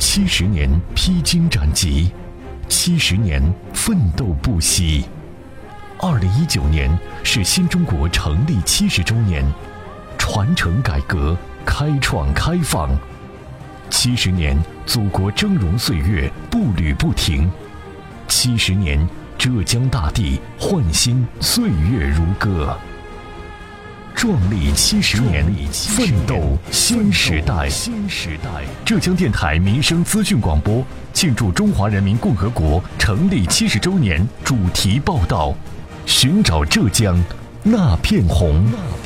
70年披荆斩棘，70年奋斗不息。2019年是新中国成立70周年，传承改革，开创开放。70年，祖国峥嵘岁月步履不停。70年，浙江大地焕新岁月如歌。壮丽70年，奋斗新时代。浙江电台民生资讯广播庆祝中华人民共和国成立70周年主题报道：寻找浙江那片红。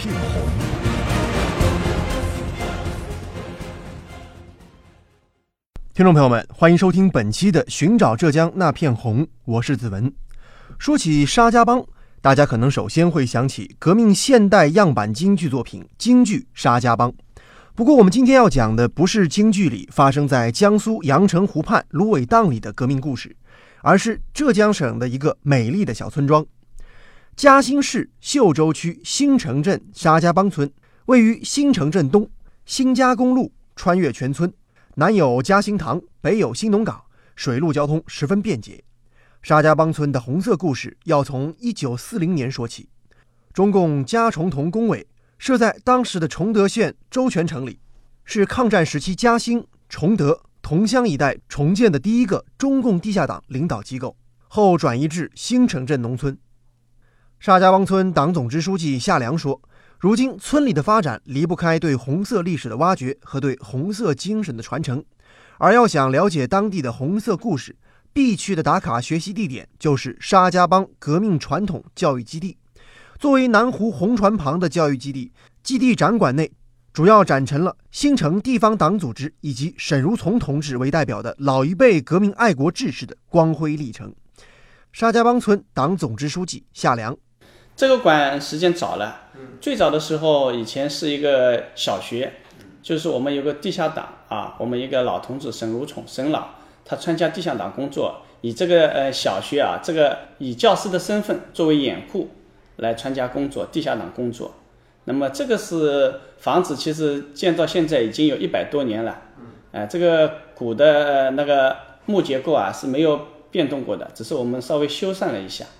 听众朋友们，欢迎收听本期的《寻找浙江那片红》，我是子文。说起沙家浜，大家可能首先会想起革命现代样板京剧作品京剧《沙家浜》。不过我们今天要讲的不是京剧里发生在江苏阳澄湖畔芦苇荡里的革命故事，而是浙江省的一个美丽的小村庄——嘉兴市秀洲区新城镇沙家浜村，位于新城镇东，新嘉公路穿越全村，南有嘉兴堂，北有新农港，水陆交通十分便捷。沙家浜村的红色故事要从1940年说起。中共嘉崇同工委设在当时的崇德县周全城里，是抗战时期嘉兴、崇德、同乡一带重建的第一个中共地下党领导机构，后转移至新城镇农村。沙家浜村党总支书记夏良说，如今村里的发展离不开对红色历史的挖掘和对红色精神的传承，而要想了解当地的红色故事，必去的打卡学习地点就是沙家浜革命传统教育基地。作为南湖红船旁的教育基地，基地展馆内主要展陈了新城地方党组织以及沈如从同志为代表的老一辈革命爱国志士的光辉历程。沙家浜村党总支书记夏良： 这个馆时间早了，最早的时候以前是一个小学，就是我们有个地下党啊，我们一个老同志沈如从沈老，他参加地下党工作，以这个小学啊，这个以教师的身份作为掩护来参加工作，地下党工作。那么这个是房子，其实建到现在已经有100多年了，这个古的那个木结构啊是没有变动过的，只是我们稍微修缮了一下。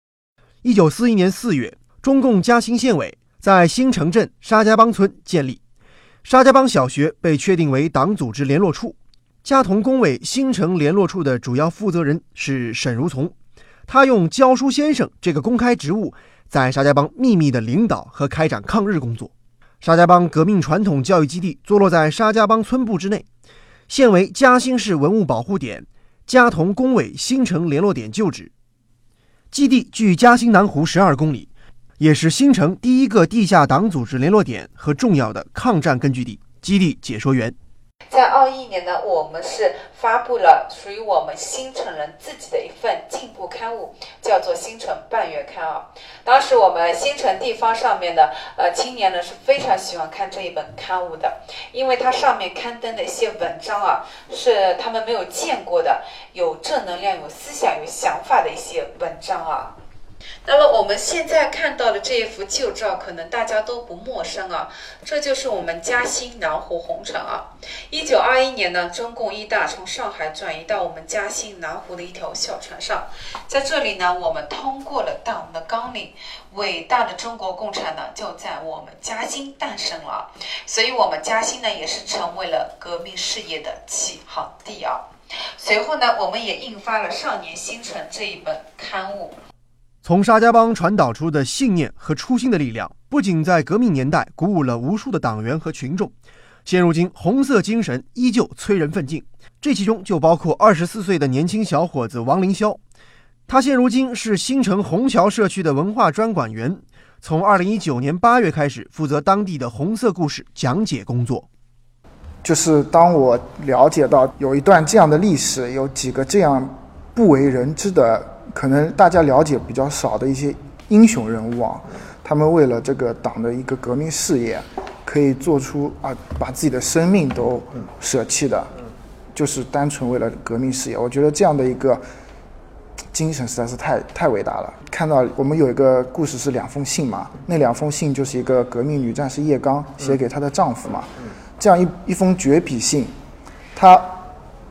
1941年4月，中共嘉兴县委在新城镇沙家浜村建立，沙家浜小学被确定为党组织联络处。嘉同工委新城联络处的主要负责人是沈如从，他用教书先生这个公开职务，在沙家浜秘密的领导和开展抗日工作。沙家浜革命传统教育基地坐落在沙家浜村部之内，现为嘉兴市文物保护点、嘉同工委新城联络点旧址。基地距嘉兴南湖12公里，也是新城第一个地下党组织联络点和重要的抗战根据地。基地解说员： 在21年呢，我们是发布了属于我们新城人自己的一份进步刊物，叫做《新城半月刊》啊。当时我们新城地方上面的青年呢是非常喜欢看这一本刊物的，因为它上面刊登的一些文章啊，是他们没有见过的，有正能量、有思想、有想法的一些文章啊。那么我们现在看到的这一幅旧照，可能大家都不陌生啊，这就是我们嘉兴南湖红船啊。1921年呢，中共一大从上海转移到我们嘉兴南湖的一条小船上，在这里呢，我们通过了党的纲领，伟大的中国共产党就在我们嘉兴诞生了，所以我们嘉兴呢也是成为了革命事业的起航地啊。随后呢，我们也印发了《少年新城》这一本刊物。 从沙家浜传导出的信念和初心的力量，不仅在革命年代鼓舞了无数的党员和群众，现如今红色精神依旧催人奋进。这其中就包括24岁的年轻小伙子王凌霄，他现如今是新城虹桥社区的文化专管员，从2019年8月开始负责当地的红色故事讲解工作。 就是当我了解到有一段这样的历史，有几个这样不为人知的，可能大家了解比较少的一些英雄人物啊，他们为了这个党的一个革命事业，可以做出把自己的生命都舍弃的，就是单纯为了革命事业。我觉得这样的一个精神实在是太伟大了。看到我们有一个故事是2封信嘛，那2封信就是一个革命女战士叶刚写给她的丈夫嘛，这样一封绝笔信，她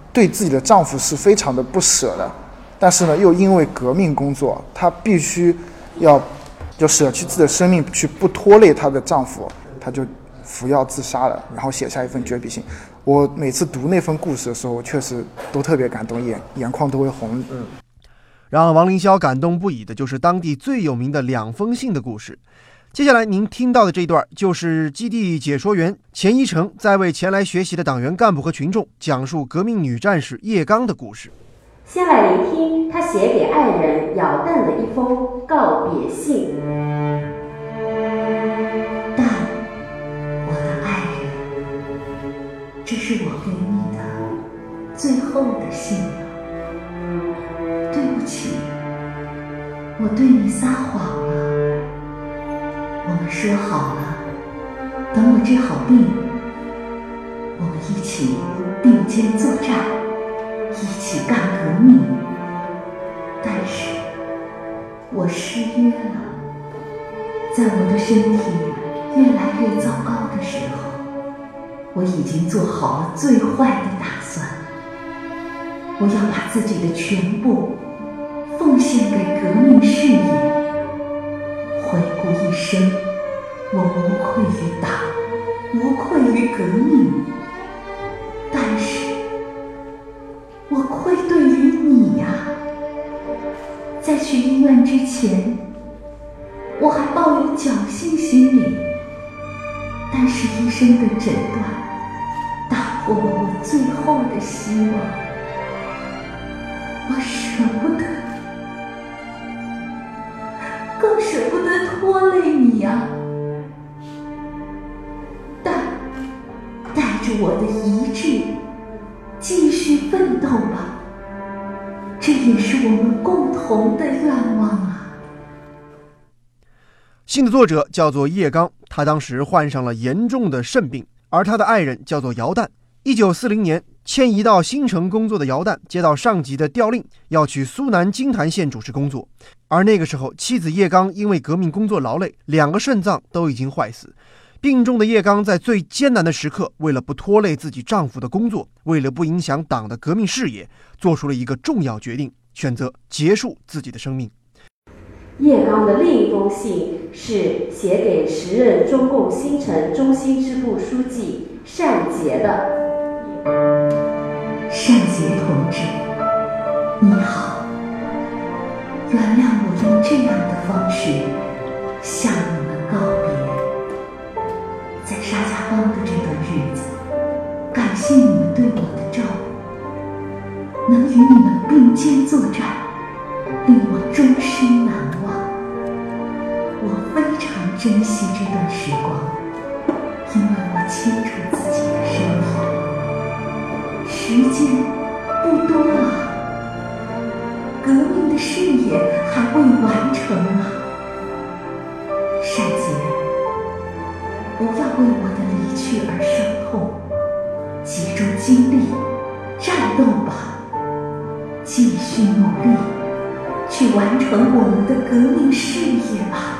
对自己的丈夫是非常的不舍的，但是呢，又因为革命工作，她必须要舍弃自己的生命去不拖累她的丈夫，她就服药自杀了，然后写下一份绝笔信。我每次读那份故事的时候，我确实都特别感动，眼眶都会红。 让王凌霄感动不已的就是当地最有名的2封信的故事。接下来您听到的这一段，就是基地解说员钱一成在为前来学习的党员干部和群众讲述革命女战士叶刚的故事。 先来聆听他写给爱人姚旦的一封告别信。旦，我的爱人，这是我给你的最后的信了。对不起，我对你撒谎了。我们说好了，等我治好病，我们一起并肩作战，一起干革命。但是我失约了，在我的身体越来越糟糕的时候，我已经做好了最坏的打算。我要把自己的全部奉献给革命事业。回顾一生，我无愧于党，无愧于革命，但是我愧对于你呀。在去医院之前，我还抱有侥幸心理，但是医生的诊断打破了我最后的希望。我舍不得，更舍不得拖累你呀。但带着我的遗志继续奋斗吧，这也是我们共同的愿望啊。 信的作者叫做叶刚，他当时患上了严重的肾病，而他的爱人叫做姚旦。1940年迁移到新城工作的姚旦接到上级的调令，要去苏南金坛县主持工作。而那个时候，妻子叶刚因为革命工作劳累，2个肾脏都已经坏死。病重的叶刚在最艰难的时刻，为了不拖累自己丈夫的工作，为了不影响党的革命事业，做出了一个重要决定，选择结束自己的生命。 叶刚的另一封信是写给时任中共新城中心支部书记单杰的。单杰同志，你好，原谅我用这样的方式向你们告别。在沙家浜的这段日子，感谢你们对我的照顾，能与你们并肩作战，令我终身难忘。我非常珍惜这段时光，因为我清楚自己的身体，时间不多了，革命的事业还未完成啊。单杰，不要为我的离去而伤痛，集中精力战斗吧，继续努力去完成我们的革命事业吧。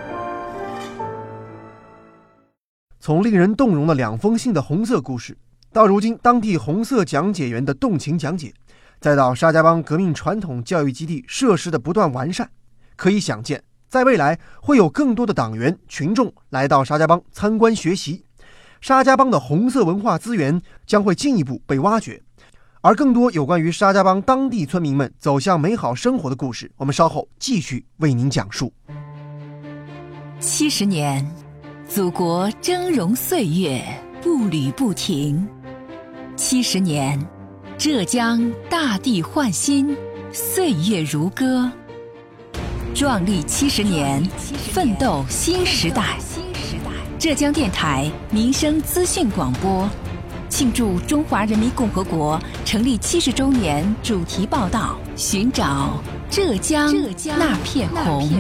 从令人动容的2封信的红色故事，到如今当地红色讲解员的动情讲解，再到沙家浜革命传统教育基地设施的不断完善，可以想见，在未来会有更多的党员群众来到沙家浜参观学习，沙家浜的红色文化资源将会进一步被挖掘。而更多有关于沙家浜当地村民们走向美好生活的故事，我们稍后继续为您讲述。 70年，祖国峥嵘岁月步履不停。70年，浙江大地焕新，岁月如歌。壮丽70年，奋斗新时代。浙江电台民生资讯广播庆祝中华人民共和国成立70周年主题报道，寻找浙江那片红。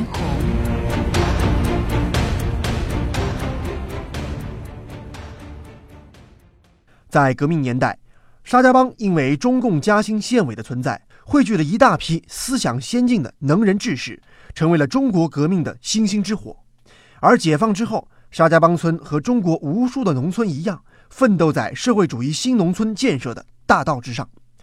在革命年代，沙家浜因为中共嘉兴县委的存在，汇聚了一大批思想先进的能人志士，成为了中国革命的星星之火。而解放之后，沙家浜村和中国无数的农村一样，奋斗在社会主义新农村建设的大道之上。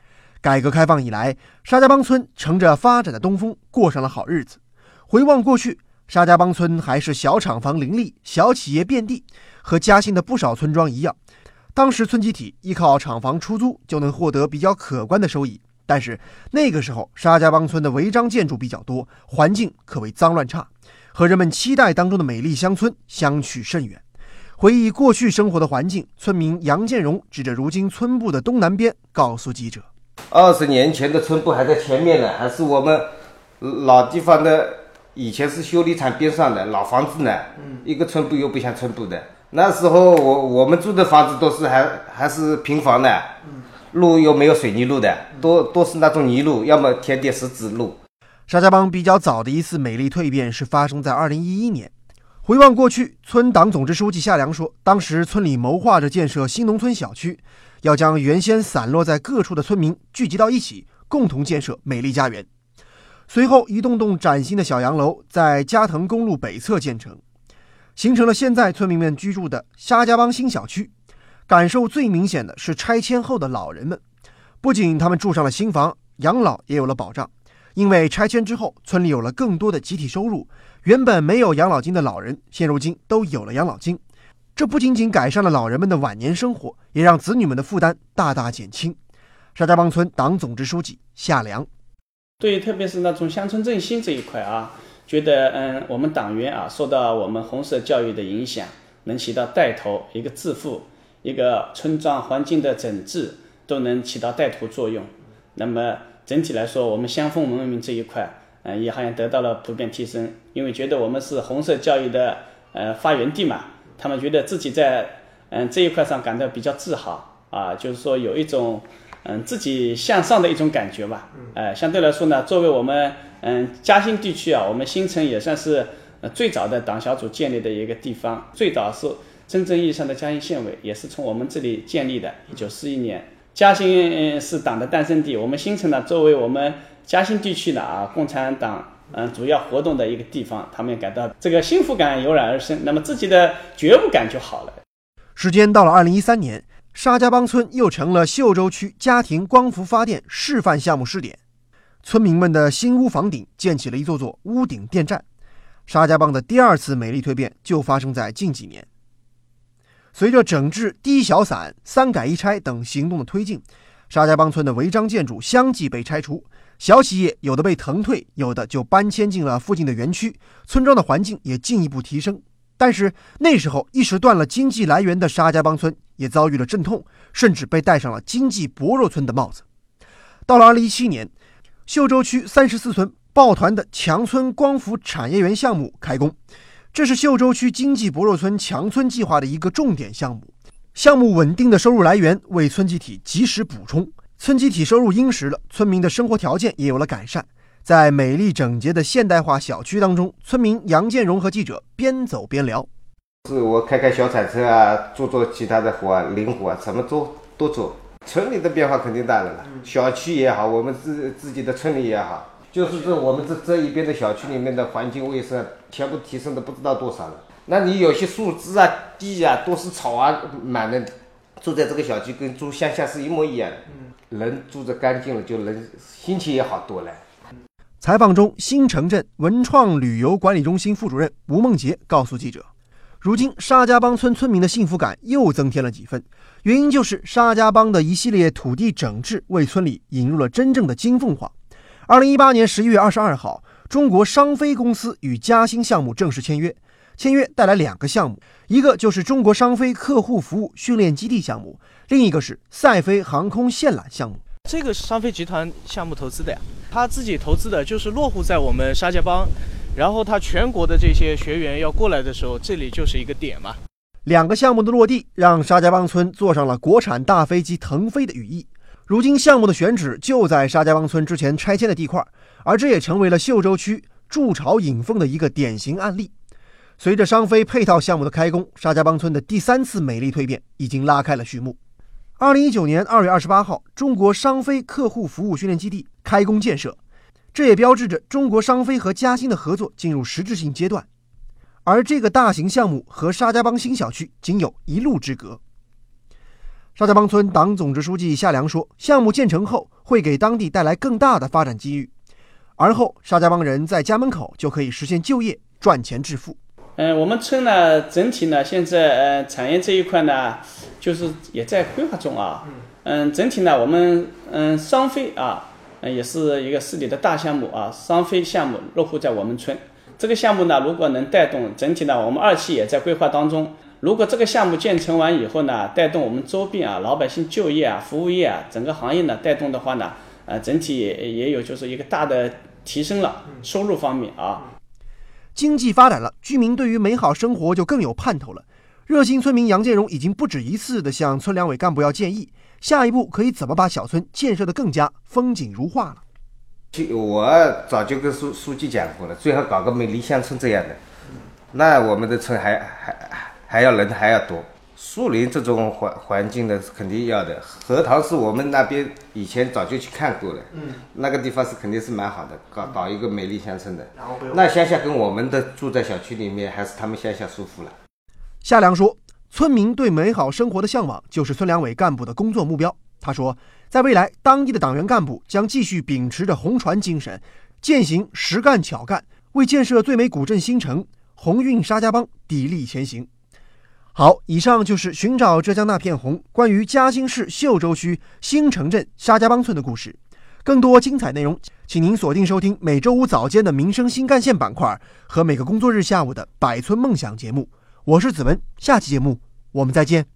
改革开放以来，沙家浜村乘着发展的东风，过上了好日子。回望过去，沙家浜村还是小厂房林立，小企业遍地，和嘉兴的不少村庄一样。当时村集体依靠厂房出租就能获得比较可观的收益，但是那个时候沙家浜村的违章建筑比较多，环境可谓脏乱差，和人们期待当中的美丽乡村相去甚远。回忆过去生活的环境，村民杨建荣指着如今村部的东南边告诉记者 ：20年前的村部还在前面呢，还是我们老地方的，以前是修理厂边上的老房子呢，一个村部又不像村部的。那时候我们住的房子都是还是平房的，路又没有水泥路的，都是那种泥路，要么填点石子路。 沙家浜比较早的一次美丽蜕变是发生在2011年。回望过去，村党总支书记夏良说，当时村里谋划着建设新农村小区，要将原先散落在各处的村民聚集到一起，共同建设美丽家园。随后一栋栋崭新的小洋楼在嘉腾公路北侧建成，形成了现在村民们居住的沙家浜新小区。感受最明显的是拆迁后的老人们，不仅他们住上了新房，养老也有了保障。因为拆迁之后，村里有了更多的集体收入，原本没有养老金的老人现如今都有了养老金。这不仅仅改善了老人们的晚年生活，也让子女们的负担大大减轻。沙家浜村党总支书记夏良对，特别是那种乡村振兴这一块啊，觉得我们党员啊受到我们红色教育的影响，能起到带头，一个致富，一个村庄环境的整治都能起到带头作用。那么整体来说，我们乡风文明这一块也好像得到了普遍提升，因为觉得我们是红色教育的发源地嘛，他们觉得自己在这一块上感到比较自豪啊，就是说有一种自己向上的一种感觉吧。相对来说呢，作为我们嘉兴地区啊，我们新城也算是最早的党小组建立的一个地方，最早是真正意义上的嘉兴县委也是从我们这里建立的。1941年，嘉兴是党的诞生地，我们新城呢作为我们嘉兴地区的共产党主要活动的一个地方，他们也感到这个幸福感油然而生，那么自己的觉悟感就好了。 时间到了2013年，沙家浜村又成了秀洲区家庭光伏发电示范项目试点，村民们的新屋房顶建起了一座座屋顶电站。沙家浜的第二次美丽蜕变就发生在近几年。随着整治、低小散、3改1拆等行动的推进，沙家浜村的违章建筑相继被拆除，小企业有的被腾退，有的就搬迁进了附近的园区，村庄的环境也进一步提升。但是那时候一时断了经济来源的沙家浜村也遭遇了阵痛，甚至被戴上了经济薄弱村的帽子。到了2017年，秀洲区34村抱团的强村光伏产业园项目开工，这是秀洲区经济薄弱村强村计划的一个重点项目。项目稳定的收入来源为村集体及时补充，村集体收入殷实了，村民的生活条件也有了改善。在美丽整洁的现代化小区当中，村民杨建荣和记者边走边聊。 是我开小铲车啊，做其他的活啊，零活啊，什么都做。村里的变化肯定大了，小区也好，我们自己的村里也好，就是我们这一边的小区里面的环境卫生全部提升的不知道多少了。那你有些树枝啊、地啊都是草啊满的，住在这个小区跟住乡下是一模一样的。人住着干净了，就人心情也好多了。 采访中，新城镇文创旅游管理中心副主任吴梦杰告诉记者，如今沙家浜村村民的幸福感又增添了几分，原因就是沙家浜的一系列土地整治为村里引入了真正的金凤凰。2018年11月22号，中国商飞公司与嘉兴项目正式签约，带来2个项目，一个就是中国商飞客户服务训练基地项目，另一个是赛飞航空线缆项目。 这个是商飞集团项目投资的呀，他自己投资的，就是落户在我们沙家浜，然后他全国的这些学员要过来的时候，这里就是一个点嘛。 2个项目的落地，让沙家浜村坐上了国产大飞机腾飞的羽翼。如今项目的选址就在沙家浜村之前拆迁的地块，而这也成为了秀洲区筑巢引凤的一个典型案例。随着商飞配套项目的开工，沙家浜村的第3次美丽蜕变已经拉开了序幕。2019年2月28号，中国商飞客户服务训练基地开工建设，这也标志着中国商飞和嘉兴的合作进入实质性阶段。而这个大型项目和沙家浜新小区仅有1路之隔。沙家浜村党总支书记夏良说，项目建成后， 会给当地带来更大的发展机遇。而后沙家浜人在家门口就可以实现就业，赚钱致富。 我们村呢，整体呢，现在产业这一块呢，就是也在规划中啊。整体呢，我们商飞啊，也是一个市里的大项目啊。商飞项目落户在我们村，这个项目呢，如果能带动整体呢，我们2期也在规划当中。如果这个项目建成完以后呢，带动我们周边啊老百姓就业啊、服务业啊整个行业呢带动的话呢，整体也有就是一个大的提升了收入方面啊。 经济发展了，居民对于美好生活就更有盼头了。热心村民杨建荣已经不止一次地向村两委干部要建议，下一步可以怎么把小村建设得更加风景如画了。 我早就跟书记讲过了，最好搞个美丽乡村这样的，那我们的村还要人还要多。树林这种环境的肯定要的，荷塘是我们那边以前早就去看过了，那个地方是肯定是蛮好的，搞一个美丽乡村的。那乡下跟我们的住在小区里面，还是他们乡下舒服了。 夏良说，村民对美好生活的向往就是村两委干部的工作目标。他说，在未来，当地的党员干部将继续秉持着红船精神，践行实干巧干，为建设最美古镇新城、鸿运沙家浜砥砺前行。好，以上就是寻找浙江那片红关于嘉兴市秀洲区新城镇沙家浜村的故事。更多精彩内容，请您锁定收听每周五早间的民生新干线板块和每个工作日下午的百村梦想节目。我是子文，下期节目我们再见。